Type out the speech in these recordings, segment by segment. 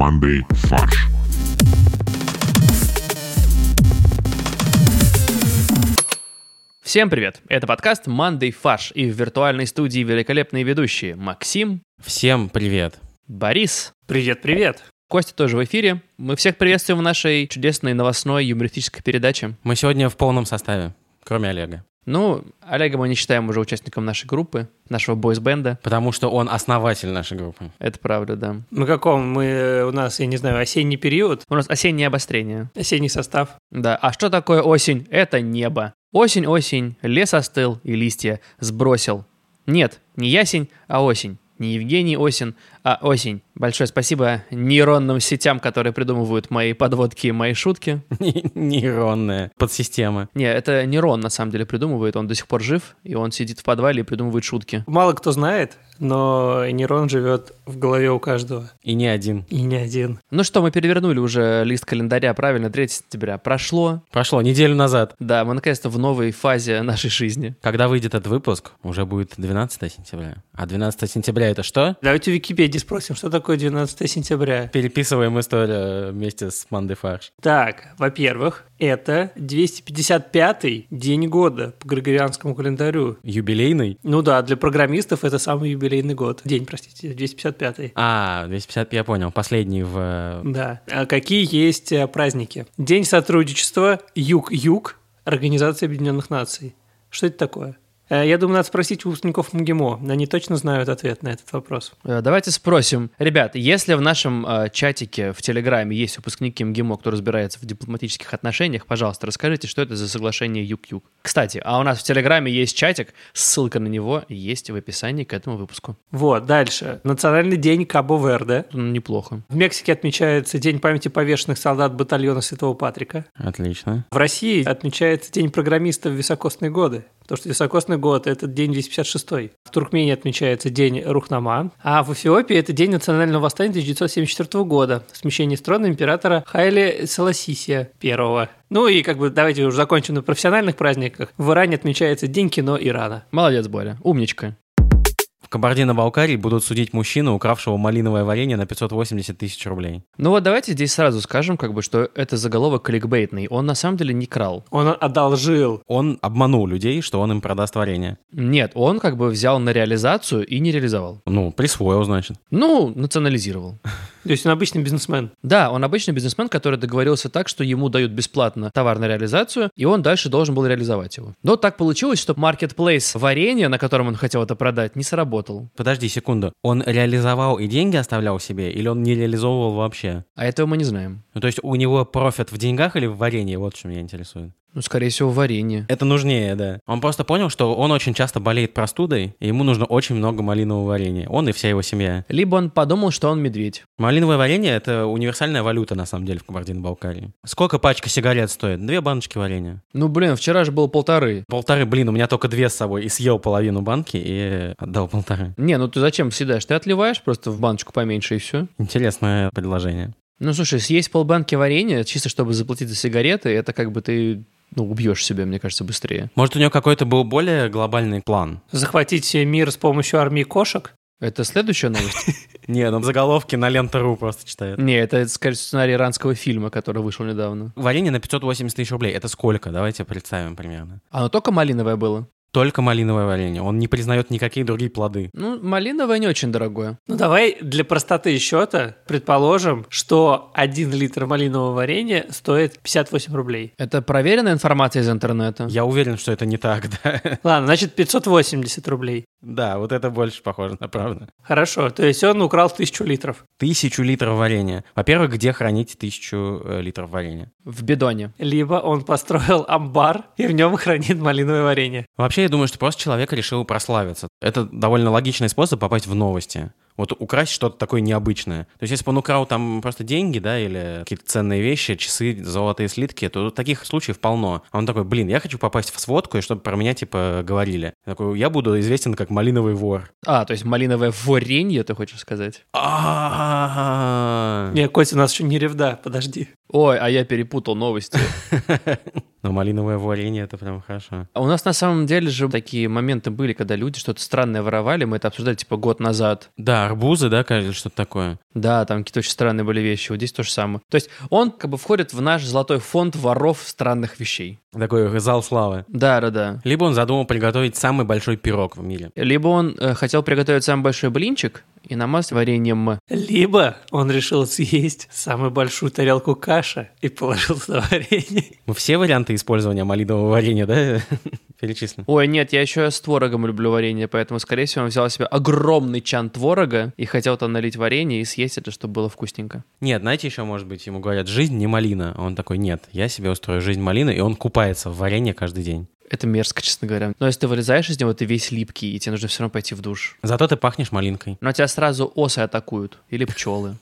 командой «Фарш». Всем привет! Это подкаст «Мандэй Фарш», и в виртуальной студии великолепные ведущие Максим. Всем привет. Борис. Привет-привет. Костя тоже в эфире. Мы всех приветствуем в нашей чудесной новостной юмористической передаче. Мы сегодня в полном составе, кроме Олега. Ну, Олега мы не считаем уже участником нашей группы, нашего бойс-бенда. Потому что он основатель нашей группы. Это правда, да. На каком у нас, я не знаю, осенний период? У нас осеннее обострение. Осенний состав. Да, а что такое осень? Это небо. Осень, лес остыл и листья сбросил. Нет, не ясень, а осень. Не Евгений Осин, а осень. Большое спасибо нейронным сетям, которые придумывают мои подводки и мои шутки. Нейронная подсистема. Не, это нейрон на самом деле придумывает, он до сих пор жив, и он сидит в подвале и придумывает шутки. Мало кто знает, но нейрон живет в голове у каждого. И не один. И не один. Ну что, мы перевернули уже лист календаря, правильно, 3 сентября прошло. Прошло неделю назад. Да, мы наконец-то в новой фазе нашей жизни. Когда выйдет этот выпуск, уже будет 12 сентября. А 12 сентября это что? Давайте в Википедии спросим, что такое 12 сентября. Переписываем историю вместе с Мандэй Фарш. Так, во-первых, это 255-й день года по григорианскому календарю. Юбилейный? Ну да, для программистов это самый юбилейный год. День, простите, 255-й. 250, я понял, последний в... Да. А какие есть праздники? День сотрудничества, Юг-Юг, Организация Объединенных Наций. Что это такое? Я думаю, надо спросить у выпускников МГИМО. Они точно знают ответ на этот вопрос. Давайте спросим. Ребят, если в нашем чатике в Телеграме есть выпускники МГИМО, кто разбирается в дипломатических отношениях, пожалуйста, расскажите, что это за соглашение Юг-Юг. Кстати, а у нас в Телеграме есть чатик, ссылка на него есть в описании к этому выпуску. Вот, дальше. Национальный день Кабо-Верде. Неплохо. В Мексике отмечается День памяти повешенных солдат батальона Святого Патрика. Отлично. В России отмечается День программиста в високосные годы. Потому что високосный год – это день 256-й. В Туркмении отмечается День Рухнама, а в Эфиопии это День национального восстания 1974 года, смещение с трона императора Хайли Селасисия I. Ну и давайте уже закончим на профессиональных праздниках. В Иране отмечается День кино Ирана. Молодец, Боря, умничка. В Кабардино-Балкарии будут судить мужчину, укравшего малиновое варенье на 580 тысяч рублей. Ну вот давайте здесь сразу скажем, что это заголовок кликбейтный. Он на самом деле не крал. Он одолжил. Он обманул людей, что он им продаст варенье. Нет, он взял на реализацию и не реализовал. Присвоил, значит. Национализировал. То есть он обычный бизнесмен. Да, он обычный бизнесмен, который договорился так, что ему дают бесплатно товар на реализацию, и он дальше должен был реализовать его. Но так получилось, что маркетплейс варенья, на котором он хотел это продать, не сработал. Подожди секунду. Он реализовал и деньги оставлял себе, или он не реализовывал вообще? А этого мы не знаем. То есть у него профит в деньгах или в варенье? Вот что меня интересует. Скорее всего, варенье. Это нужнее, да. Он просто понял, что он очень часто болеет простудой, и ему нужно очень много малинового варенья. Он и вся его семья. Либо он подумал, что он медведь. Малиновое варенье — это универсальная валюта, на самом деле, в Кабардино-Балкарии. Сколько пачка сигарет стоит? 2 баночки варенья. Вчера же было 1,5. 1,5, у меня только 2 с собой. И съел половину банки и отдал 1,5. Не, ты зачем съедаешь? Ты отливаешь просто в баночку поменьше и все. Интересное предложение. Слушай, съесть полбанки варенья, чисто чтобы заплатить за сигареты, это ты... убьешь себя, мне кажется, быстрее. Может, у него какой-то был более глобальный план? Захватить мир с помощью армии кошек? Это следующая новость? Не, в заголовке на Лента.ру просто читает. Не, это, скорее, сценарий иранского фильма, который вышел недавно. Варенье на 580 тысяч рублей. Это сколько? Давайте представим примерно. Оно только малиновое было? Только малиновое варенье. Он не признает никакие другие плоды. Малиновое не очень дорогое. Давай для простоты счета предположим, что 1 литр малинового варенья стоит 58 рублей. Это проверенная информация из интернета? Я уверен, что это не так, да. Ладно, значит 580 рублей. Да, вот это больше похоже на правду. Хорошо, то есть он украл 1000 литров. 1000 литров варенья. Во-первых, где хранить 1000 литров варенья? В бидоне. Либо он построил амбар и в нем хранит малиновое варенье. Вообще, я думаю, что просто человек решил прославиться. Это довольно логичный способ попасть в новости. Вот украсть что-то такое необычное. То есть, если бы он украл там просто деньги, да, или какие-то ценные вещи, часы, золотые слитки, то таких случаев полно. А он такой, я хочу попасть в сводку, и чтобы про меня, говорили. Я такой, я буду известен как малиновый вор. То есть малиновое варенье, ты хочешь сказать? Не, Котя, у нас еще не ревда, подожди. Ой, а я перепутал новости. Но малиновое варенье — это прям хорошо. А у нас на самом деле же такие моменты были, когда люди что-то странное воровали, мы это обсуждали типа год назад. Да, арбузы, да, кажется, что-то такое. Да, там какие-то очень странные были вещи, вот здесь то же самое. То есть он как бы входит в наш золотой фонд воров странных вещей. Такой зал славы. Да. Либо он задумал приготовить самый большой пирог в мире. Либо он хотел приготовить самый большой блинчик и намазать вареньем. Либо он решил съесть самую большую тарелку каши и положил туда варенье. Мы все варианты использования малинового варенья, да, перечислим? Ой, нет, я еще с творогом люблю варенье, поэтому, скорее всего, он взял себе огромный чан творога и хотел там налить варенье и съесть это, чтобы было вкусненько. Нет, знаете, еще, может быть, ему говорят, жизнь не малина. А он такой, нет, я себе устрою жизнь малины, и он купается в варенье каждый день. Это мерзко, честно говоря. Но если ты вылезаешь из него, ты весь липкий, и тебе нужно все равно пойти в душ. Зато ты пахнешь малинкой. Но тебя сразу осы атакуют. Или пчелы.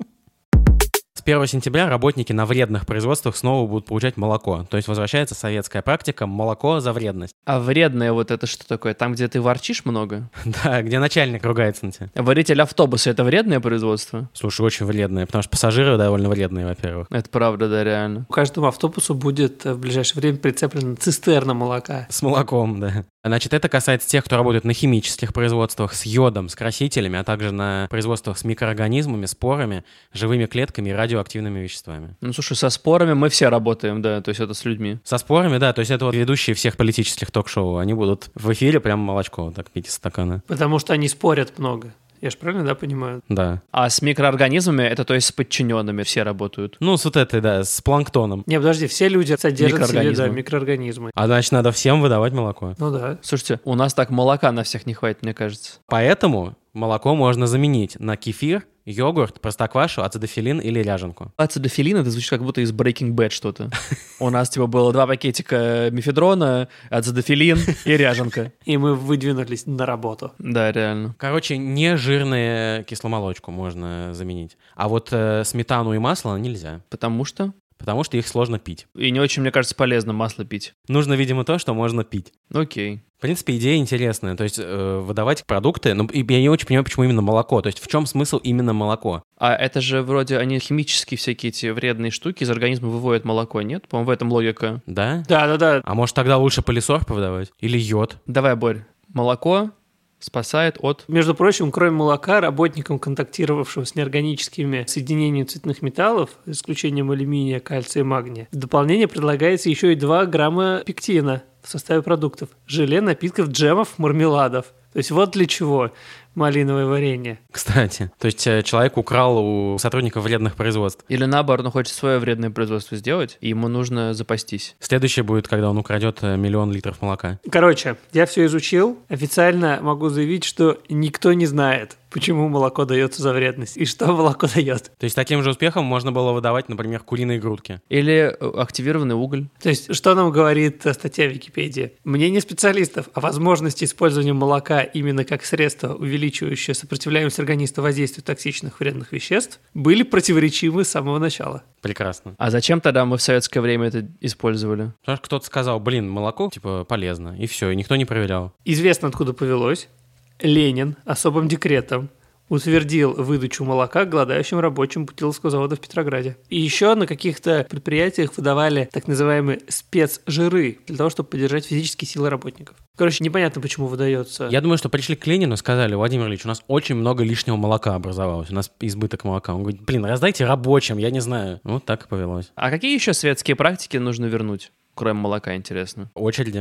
С 1 сентября работники на вредных производствах снова будут получать молоко. То есть возвращается советская практика молоко за вредность. А вредное вот это что такое? Там, где ты ворчишь много? Да, где начальник ругается на тебя. Водитель автобуса — это вредное производство? Слушай, очень вредное, потому что пассажиры довольно вредные, во-первых. Это правда, да, реально. К каждому автобусу будет в ближайшее время прицеплена цистерна молока. С молоком, да. Значит, это касается тех, кто работает на химических производствах с йодом, с красителями, а также на производствах с микроорганизмами, спорами, живыми клетками и радиоактивными веществами. Ну, слушай, со спорами мы все работаем, да, то есть это с людьми. Со спорами, да, то есть это вот ведущие всех политических ток-шоу, они будут в эфире прям молочко так пить из стакана. Потому что они спорят много. Я же правильно, да, понимаю? Да. А с микроорганизмами, это то есть с подчиненными все работают. Ну, с вот этой, да, с планктоном. Не, подожди, все люди содержат в себе, да, Микроорганизмы. микроорганизмы. А значит, надо всем выдавать молоко. Ну да. Слушайте, у нас так молока на всех не хватит, мне кажется. Поэтому молоко можно заменить на кефир, йогурт, простоквашу, ацидофилин или ряженку. Ацидофилин — это звучит как будто из Breaking Bad что-то. У нас типа было 2 пакетика мефедрона, ацидофилин и ряженка. И мы выдвинулись на работу. Да, реально. Короче, нежирную кисломолочку можно заменить. А вот сметану и масло нельзя, Потому что? потому что их сложно пить. И не очень, мне кажется, полезно масло пить. Нужно, видимо, то, что можно пить. Окей. В принципе, идея интересная. То есть выдавать продукты, но и я не очень понимаю, почему именно молоко. То есть в чем смысл именно молоко? А это же вроде они химические всякие эти вредные штуки из организма выводят молоко, нет? По-моему, в этом логика. Да? Да. А может тогда лучше полисорб выдавать? Или йод? Давай, Борь, молоко спасает от... Между прочим, кроме молока, работникам, контактировавшим с неорганическими соединениями цветных металлов, за исключением алюминия, кальция и магния, в дополнение предлагается еще и 2 грамма пектина в составе продуктов: желе, напитков, джемов, мармеладов. То есть вот для чего малиновое варенье. Кстати, то есть человек украл у сотрудников вредных производств. Или наоборот, он хочет свое вредное производство сделать, и ему нужно запастись. Следующее будет, когда он украдет 1 миллион литров молока. Короче, я все изучил. Официально могу заявить, что никто не знает, почему молоко дается за вредность и что молоко дает. То есть таким же успехом можно было выдавать, например, куриные грудки. Или активированный уголь. То есть, что нам говорит статья Википедии? Мнение специалистов о возможности использования молока именно как средство, увеличивающее сопротивляемость организма воздействию токсичных вредных веществ, были противоречивы с самого начала. Прекрасно. А зачем тогда мы в советское время это использовали? Потому что кто-то сказал, молоко, типа, полезно, и все, и никто не проверял. Известно, откуда повелось. Ленин особым декретом утвердил выдачу молока голодающим рабочим Путиловского завода в Петрограде. И еще на каких-то предприятиях выдавали так называемые спецжиры для того, чтобы поддержать физические силы работников. Короче, непонятно, почему выдается. Я думаю, что пришли к Ленину и сказали: Владимир Ильич, у нас очень много лишнего молока образовалось, у нас избыток молока. Он говорит: раздайте рабочим, я не знаю. Вот так и повелось. А какие еще светские практики нужно вернуть? Кроме молока, интересно. Очереди.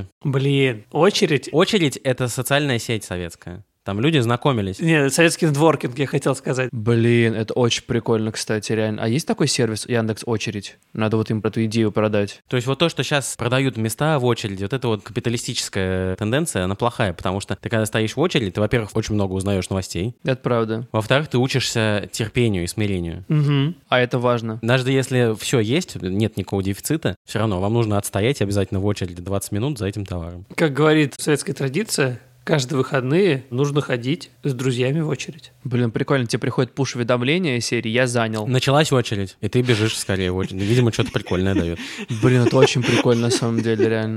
Очередь? Очередь — это социальная сеть советская. Там люди знакомились. Нет, советский нетворкинг, я хотел сказать. Это очень прикольно, кстати, реально. А есть такой сервис Яндекс.Очередь? Надо вот им эту идею продать. То есть вот то, что сейчас продают места в очереди, вот это вот капиталистическая тенденция, она плохая, потому что ты когда стоишь в очереди, ты, во-первых, очень много узнаешь новостей. Это правда. Во-вторых, ты учишься терпению и смирению. Угу. А это важно. Даже если все есть, нет никакого дефицита, все равно вам нужно отстоять обязательно в очереди 20 минут за этим товаром. Как говорит советская традиция, каждые выходные нужно ходить с друзьями в очередь. Прикольно, тебе приходит пуш-уведомление серии «Я занял». Началась очередь, и ты бежишь скорее в очередь. Видимо, что-то прикольное дает. Это очень прикольно на самом деле, реально.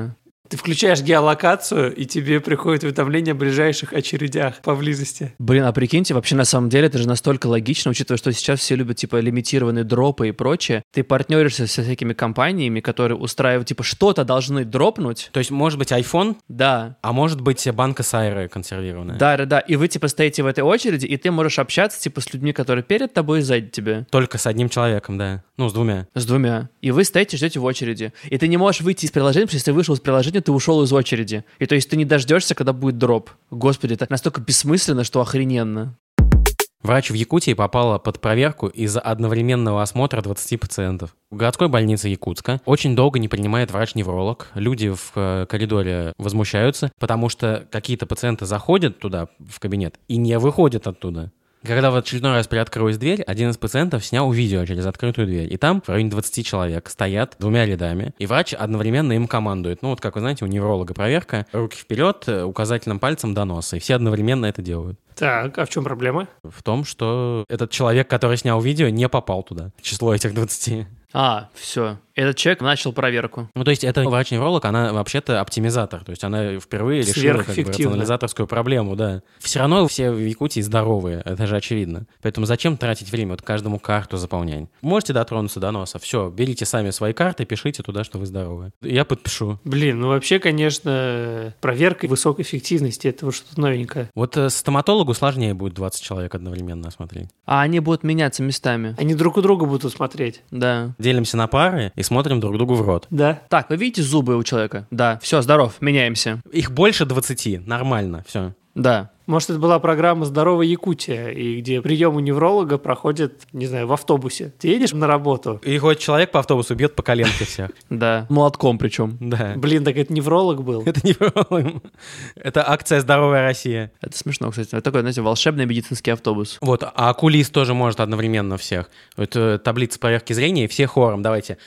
Ты включаешь геолокацию, и тебе приходит уведомление о ближайших очередях поблизости. Блин, а прикиньте, вообще на самом деле это же настолько логично, учитывая, что сейчас все любят типа лимитированные дропы и прочее. Ты партнеришься со всякими компаниями, которые устраивают, типа, что-то должны дропнуть. То есть может быть iPhone, Да. а может быть банка сайры консервированная. Да. И вы типа стоите в этой очереди, и ты можешь общаться типа с людьми, которые перед тобой и сзади тебя. Только с одним человеком, да. Ну, с двумя. С двумя. И вы стоите, ждете в очереди. И ты не можешь выйти из приложения, потому что если ты вышел из приложения, ты ушел из очереди. И то есть ты не дождешься, когда будет дроп. Господи, это настолько бессмысленно, что охрененно. Врач в Якутии попала под проверку из-за одновременного осмотра 20 пациентов. В городской больнице Якутска очень долго не принимает врач-невролог. Люди в коридоре возмущаются, потому что какие-то пациенты заходят туда, в кабинет, и не выходят оттуда. Когда в очередной раз приоткрылась дверь, один из пациентов снял видео через открытую дверь. И там в районе 20 человек стоят двумя рядами, и врач одновременно им командует. Ну вот как вы знаете, у невролога проверка. Руки вперед, указательным пальцем до носа. И все одновременно это делают. Так, а в чем проблема? В том, что этот человек, который снял видео, не попал туда. В число этих 20. А, все. Этот человек начал проверку. Ну, то есть, это врач-невролог, она вообще-то оптимизатор. То есть, она впервые решила как бы рационализаторскую проблему, да. Все равно все в Якутии здоровые, это же очевидно. Поэтому зачем тратить время, вот каждому карту заполнять? Можете дотронуться до носа, все, берите сами свои карты, пишите туда, что вы здоровы. Я подпишу. Блин, ну вообще, конечно, проверка высокой эффективности, это вот что-то новенькое. Вот стоматологу сложнее будет 20 человек одновременно осмотреть. А они будут меняться местами. Они друг у друга будут смотреть. Да. Делимся на пары и смотрим друг другу в рот. Да. Так, вы видите зубы у человека? Да. Все, здоров, меняемся. Их больше 20, нормально, все. Да. Может, это была программа «Здоровая Якутия», и где прием у невролога проходит, не знаю, в автобусе. Ты едешь на работу? И хоть человек по автобусу бьет по коленке всех. Да. Молотком причем. Да. Блин, так это невролог был. Это невролог. Это акция «Здоровая Россия». Это смешно, кстати. Это такой, знаете, волшебный медицинский автобус. Вот, а окулист тоже может одновременно всех. Это таблица проверки зрения, и все хором. Давайте.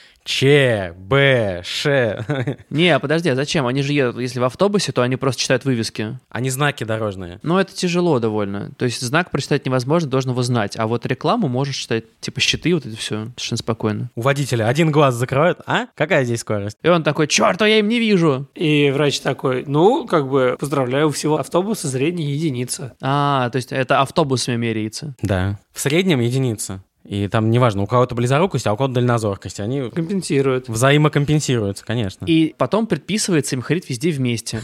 Ч, Б, Ш. Не, подожди, а зачем? Они же едут, если в автобусе, то они просто читают вывески. Они знаки дорожные. Но это тяжело довольно. То есть знак прочитать невозможно, должен его знать. А вот рекламу можешь читать, типа щиты, вот это все, совершенно спокойно. У водителя один глаз закрывают. А? Какая здесь скорость? И он такой, черт, я им не вижу. И врач такой, ну, как бы, поздравляю, у всего автобуса зрение единица. А, то есть это автобусами меряется. Да. В среднем единица. И там неважно, у кого-то близорукость, а у кого-то дальнозоркость. Они Компенсирует. взаимокомпенсируются, конечно. И потом предписывается им ходить везде вместе.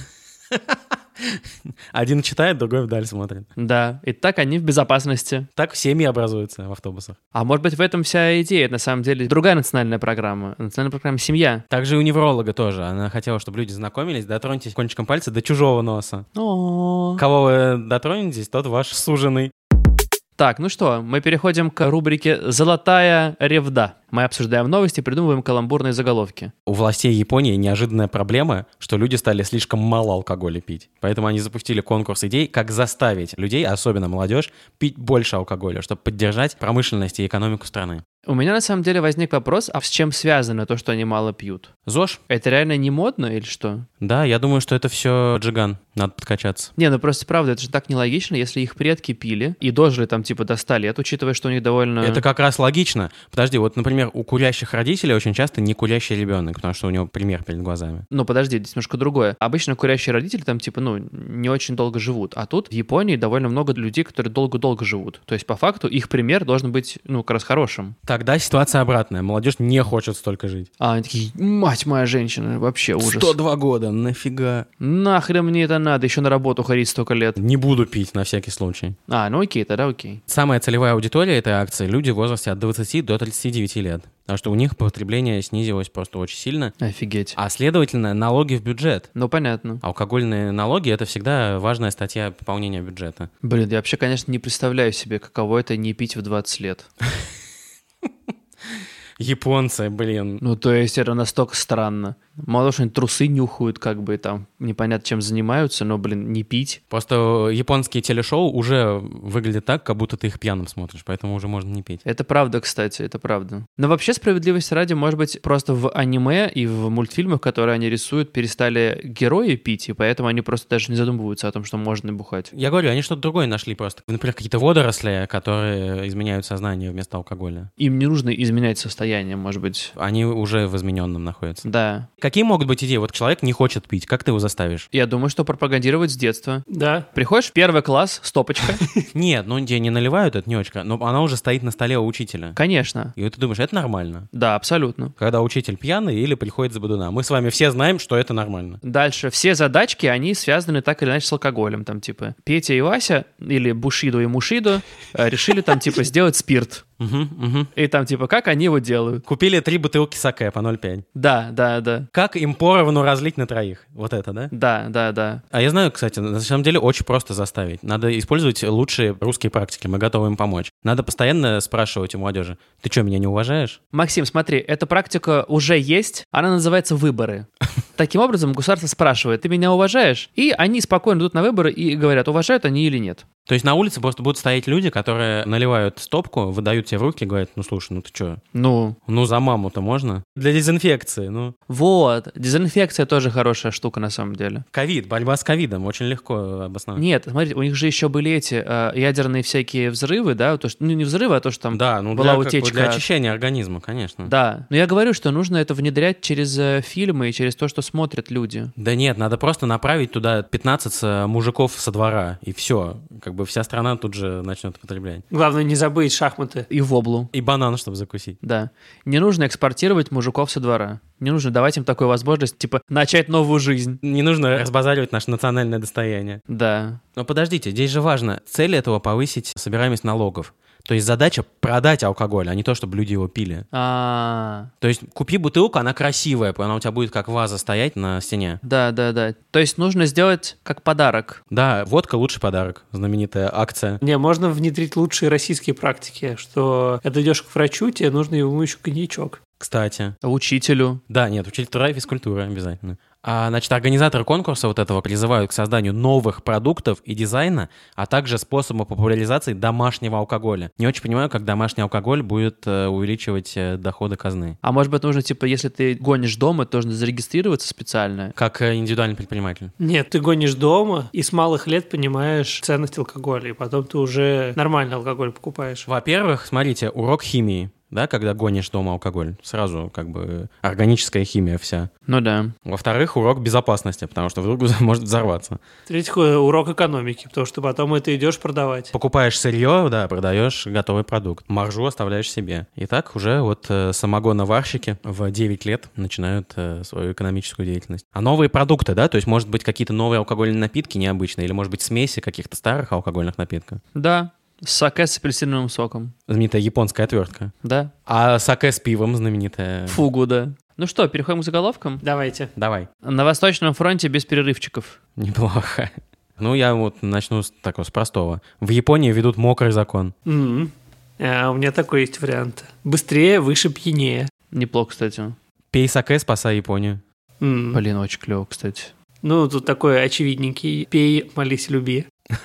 Один читает, другой вдаль смотрит. Да, и так они в безопасности. Так семьи образуются в автобусах. А может быть, в этом вся идея. Это, на самом деле, другая национальная программа. Национальная программа «Семья». Также и у невролога тоже. Она хотела, чтобы люди знакомились. Дотроньтесь кончиком пальца до чужого носа. О. Кого вы дотронетесь, тот ваш суженый. Так, ну что, мы переходим к рубрике «Золотая ревда». Мы обсуждаем новости, придумываем каламбурные заголовки. У властей Японии неожиданная проблема, что люди стали слишком мало алкоголя пить. Поэтому они запустили конкурс идей, как заставить людей, особенно молодежь, пить больше алкоголя, чтобы поддержать промышленность и экономику страны. У меня на самом деле возник вопрос, а с чем связано то, что они мало пьют? ЗОЖ? Это реально не модно или что? Да, я думаю, что это все джиган. Надо подкачаться. Не, ну просто правда, это же так нелогично, если их предки пили и дожили там типа до 100 лет, учитывая, что у них довольно... Это как раз логично. Подожди, вот, например, у курящих родителей очень часто не курящий ребенок, потому что у него пример перед глазами. Ну, подожди, здесь немножко другое. Обычно курящие родители там, типа, ну, не очень долго живут. А тут в Японии довольно много людей, которые долго-долго живут. То есть, по факту, их пример должен быть, ну, как раз хорошим. Тогда ситуация обратная. Молодежь не хочет столько жить. А они такие, мать моя женщина, вообще ужас. 102 года, нафига? Нахрен мне это надо, еще на работу ходить столько лет. Не буду пить на всякий случай. А, ну окей, тогда окей. Самая целевая аудитория этой акции — люди в возрасте от 20 до 39 лет. Потому что у них потребление снизилось просто очень сильно. Офигеть. А следовательно, налоги в бюджет. Ну, понятно. Алкогольные налоги — это всегда важная статья пополнения бюджета. Блин, я вообще, конечно, не представляю себе, каково это не пить в 20 лет. Японцы, блин. Ну, то есть это настолько странно. Мало что они трусы нюхают, как бы там непонятно чем занимаются, но, блин, не пить. Просто японские телешоу уже выглядят так, как будто ты их пьяным смотришь, поэтому уже можно не пить. Это правда, кстати, это правда. Но вообще, справедливости ради, может быть, просто в аниме и в мультфильмах, которые они рисуют, перестали герои пить, и поэтому они просто даже не задумываются о том, что можно бухать. Я говорю, они что-то другое нашли просто. Например, какие-то водоросли, которые изменяют сознание вместо алкоголя. Им не нужно изменять состояние, состоянием, может быть. Они уже в измененном находятся. Да. Какие могут быть идеи? Вот человек не хочет пить, как ты его заставишь? Я думаю, что пропагандировать с детства. Да. Приходишь в 1 класс, стопочка. Нет, ну тебе не наливают, это не очень... Но она уже стоит на столе у учителя. Конечно. И вот ты думаешь, это нормально? Да, абсолютно. Когда учитель пьяный или приходит за бодуна. Мы с вами все знаем, что это нормально. Дальше. Все задачки, они связаны так или иначе с алкоголем. Там, типа, Петя и Вася, или Бушидо и Мушидо, решили там, типа, сделать спирт. И там, типа, как они его делают? Купили 3 бутылки саке по 0,5. Да. Как им поровну разлить на троих? Вот это, да? Да. А я знаю, кстати, на самом деле очень просто заставить. Надо использовать лучшие русские практики, мы готовы им помочь. Надо постоянно спрашивать у молодежи, ты что, меня не уважаешь? Максим, смотри, эта практика уже есть, она называется выборы. Таким образом, государство спрашивает, ты меня уважаешь? И они спокойно идут на выборы и говорят, уважают они или нет. То есть на улице просто будут стоять люди, которые наливают стопку, выдают тебе в руки и говорят, ну слушай, ну ты что? Ну за маму-то можно? Для дезинфекции, ну. Вот, дезинфекция тоже хорошая штука на самом деле. Ковид, борьба с ковидом, очень легко обосновать. Нет, смотрите, у них же еще были эти ядерные всякие взрывы, да, то, что, ну не взрывы, а то, что там да, ну, была утечка. Для очищения организма, конечно. Да, но я говорю, что нужно это внедрять через фильмы и через то, что смотрят люди. Да нет, надо просто направить туда 15 мужиков со двора, и все, как бы вся страна тут же начнет употреблять. Главное не забыть шахматы. И воблу. И банан, чтобы закусить. Да. Не нужно экспортировать мужиков со двора. Не нужно давать им такую возможность, типа, начать новую жизнь. Не нужно разбазаривать наше национальное достояние. Да. Но подождите, здесь же важно, цель этого повысить собираемость налогов. То есть задача продать алкоголь, а не то, чтобы люди его пили. То есть купи бутылку, она красивая, она у тебя будет как ваза стоять на стене. Да. То есть нужно сделать как подарок. Да, водка лучший подарок, знаменитая акция. Не, можно внедрить лучшие российские практики, что когда идешь к врачу, тебе нужно ему еще коньячок. Кстати. Учителю. Да, нет, учитель труда и физкультуры обязательно. Значит, организаторы конкурса вот этого призывают к созданию новых продуктов и дизайна, а также способа популяризации домашнего алкоголя. Не очень понимаю, как домашний алкоголь будет увеличивать доходы казны. А может быть, нужно, типа, если ты гонишь дома, то нужно зарегистрироваться специально? Как индивидуальный предприниматель. Нет, ты гонишь дома и с малых лет понимаешь ценность алкоголя, и потом ты уже нормальный алкоголь покупаешь. Во-первых, смотрите, урок химии. Да, когда гонишь дома алкоголь, сразу как бы органическая химия вся. Ну да. Во-вторых, урок безопасности, потому что вдруг может взорваться. В-третьих, урок экономики, потому что потом это идешь продавать. Покупаешь сырье, да, продаешь готовый продукт. Маржу оставляешь себе. И так уже вот самогоноварщики в 9 лет начинают свою экономическую деятельность. А новые продукты, да, то есть может быть какие-то новые алкогольные напитки необычные, или может быть смеси каких-то старых алкогольных напитков. Да. Саке с апельсиновым соком. Знаменитая японская отвертка. Да. А саке с пивом знаменитая. Фугу, да. Ну что, переходим к заголовкам? Давайте. Давай. На Восточном фронте без перерывчиков. Неплохо. Ну, я вот начну с простого. В Японии ведут мокрый закон. У меня такой есть вариант. Быстрее, выше, пьянее. Неплохо, кстати. Пей саке, спасай Японию. Блин, очень клево, кстати. Ну, тут такой очевидненький. Пей, молись, люби.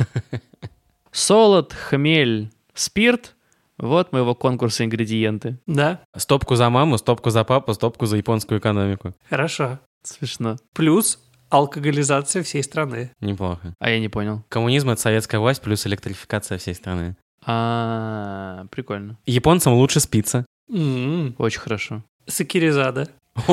Солод, хмель, спирт. Вот моего конкурса ингредиенты. Да. Стопку за маму, стопку за папу, стопку за японскую экономику. Хорошо. Смешно. Плюс алкоголизация всей страны. Неплохо. А я не понял. Коммунизм — это советская власть плюс электрификация всей страны. Прикольно. Японцам лучше спится. Очень хорошо. Сакиризада.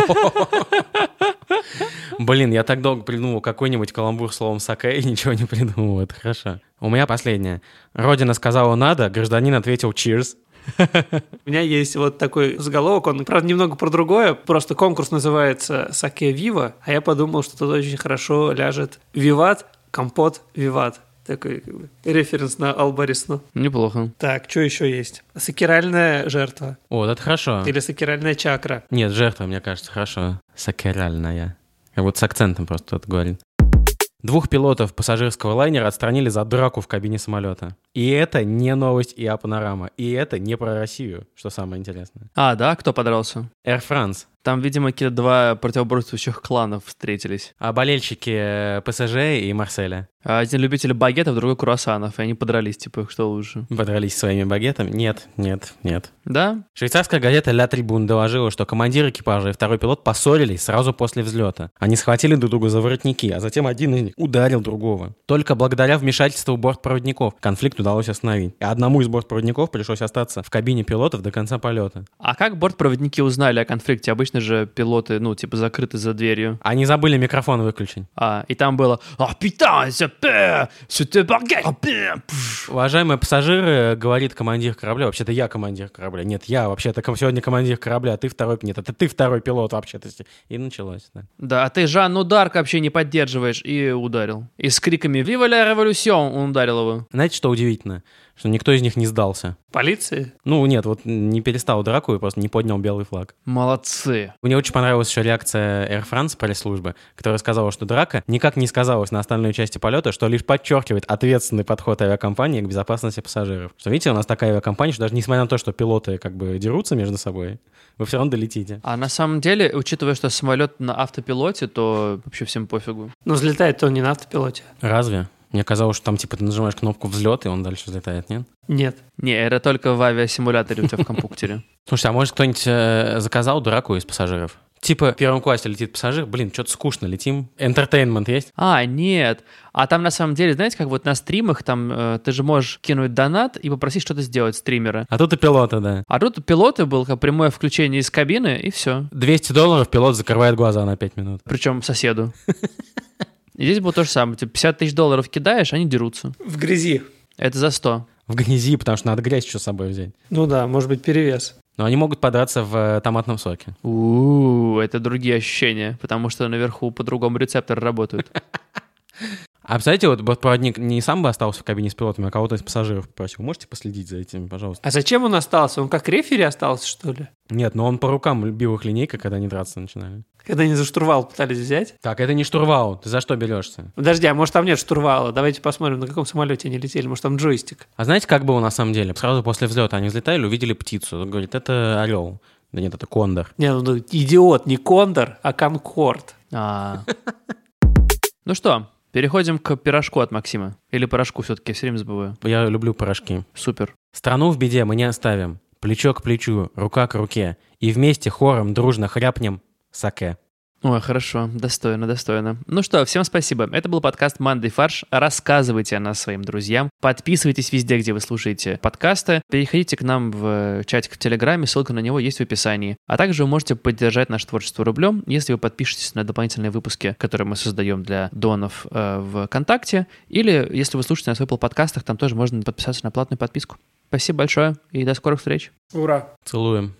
Блин, я так долго придумал какой-нибудь каламбур словом саке и ничего не придумал. Это хорошо. У меня последнее. Родина сказала «надо», гражданин ответил «cheers». У меня есть вот такой заголовок, он, правда, немного про другое, просто конкурс называется «Саке Вива», а я подумал, что тут очень хорошо ляжет «Виват, компот, виват». Такой как бы референс на Албарисну. Неплохо. Так, что еще есть? Сакральная жертва. О, это хорошо. Или сакральная чакра. Нет, жертва, мне кажется, хорошо. Сакральная. Как вот с акцентом просто кто-то говорит. 2 пилотов пассажирского лайнера отстранили за драку в кабине самолета. И это не новость ИА Панорама. И это не про Россию, что самое интересное. Да? Кто подрался? Air France. Там, видимо, какие-то два противоборствующих кланов встретились. А болельщики ПСЖ и Марселя Один любитель багетов, другой круассанов, и они подрались, типа, кто лучше. подрались своими багетами? Нет. Да? Швейцарская газета «Ля Трибун» доложила, что командир экипажа и второй пилот поссорились сразу после взлета. Они схватили друг друга за воротники, а затем один из них ударил другого. Только благодаря вмешательству бортпроводников конфликт удалось остановить. И одному из бортпроводников пришлось остаться в кабине пилотов до конца полета. А как бортпроводники узнали о конфликте? Обычно же пилоты, закрыты за дверью. Они забыли микрофон выключить. И там было «А, пита, c'était багет!» Уважаемые пассажиры, говорит командир корабля. Вообще-то я командир корабля. Нет, я вообще-то сегодня командир корабля, а ты второй... Нет, это ты второй пилот вообще-то. И началось, да. Да, а ты Жанну Дарк вообще не поддерживаешь. И ударил. И с криками «Viva la révolution!» он ударил его. Знаете, что удивительно? Что никто из них не сдался. Полиции? Нет, вот не перестал драку и просто не поднял белый флаг. Молодцы. Мне очень понравилась еще реакция Air France пресс-службы, которая сказала, что драка никак не сказалась на остальной части полета, что лишь подчеркивает ответственный подход авиакомпании к безопасности пассажиров. Что, видите, у нас такая авиакомпания, что даже несмотря на то, что пилоты как бы дерутся между собой, вы все равно долетите. А на самом деле, учитывая, что самолет на автопилоте, то вообще всем пофигу. Но взлетает он не на автопилоте. Разве? Мне казалось, что там типа ты нажимаешь кнопку взлет, и он дальше взлетает, нет? Нет. Не, это только в авиасимуляторе у тебя в компьютере. Слушай, а может кто-нибудь заказал драку из пассажиров? Типа в первом классе летит пассажир, что-то скучно, летим. Entertainment есть? Нет. А там на самом деле, знаете, как вот на стримах, там ты же можешь кинуть донат и попросить что-то сделать стримера. А тут и пилота, да. А тут у пилота было как прямое включение из кабины, и все. $200 пилот закрывает глаза на 5 минут. Причем соседу. И здесь было то же самое. Типа $50 тысяч кидаешь, они дерутся. В грязи. Это за 100. В грязи, потому что надо грязь еще с собой взять. Ну да, может быть перевес. Но они могут подраться в томатном соке. Это другие ощущения, потому что наверху по-другому рецепторы работают. А представляете, вот бортпроводник не сам бы остался в кабине с пилотами, а кого-то из пассажиров попросил. Можете последить за этим, пожалуйста? А зачем он остался? Он как рефери остался, что ли? Нет, но он по рукам бил их линейкой, когда они драться начинали. Когда они за штурвал пытались взять? Так, это не штурвал. Ты за что берешься? Подожди, а может там нет штурвала? Давайте посмотрим, на каком самолете они летели. Может там джойстик? А знаете, как было на самом деле? Сразу после взлета они взлетали, увидели птицу. Он говорит, это орел. Да нет, это кондор. Не, идиот, не кондор, а конкорд. Ну что, переходим к пирожку от Максима. Или порошку все-таки, все время забываю. Я люблю порошки. Супер. Страну в беде мы не оставим. Плечо к плечу, рука к руке. И вместе хором дружно хряпнем саке. Ой, хорошо, достойно. Ну что, всем спасибо. Это был подкаст «Мандай фарш». Рассказывайте о нас своим друзьям. Подписывайтесь везде, где вы слушаете подкасты. Переходите к нам в чатик в Телеграме, ссылка на него есть в описании. А также вы можете поддержать наше творчество рублем, если вы подпишетесь на дополнительные выпуски, которые мы создаем для донов в ВКонтакте. Или если вы слушаете нас в Apple подкастах, там тоже можно подписаться на платную подписку. Спасибо большое и до скорых встреч. Ура! Целуем.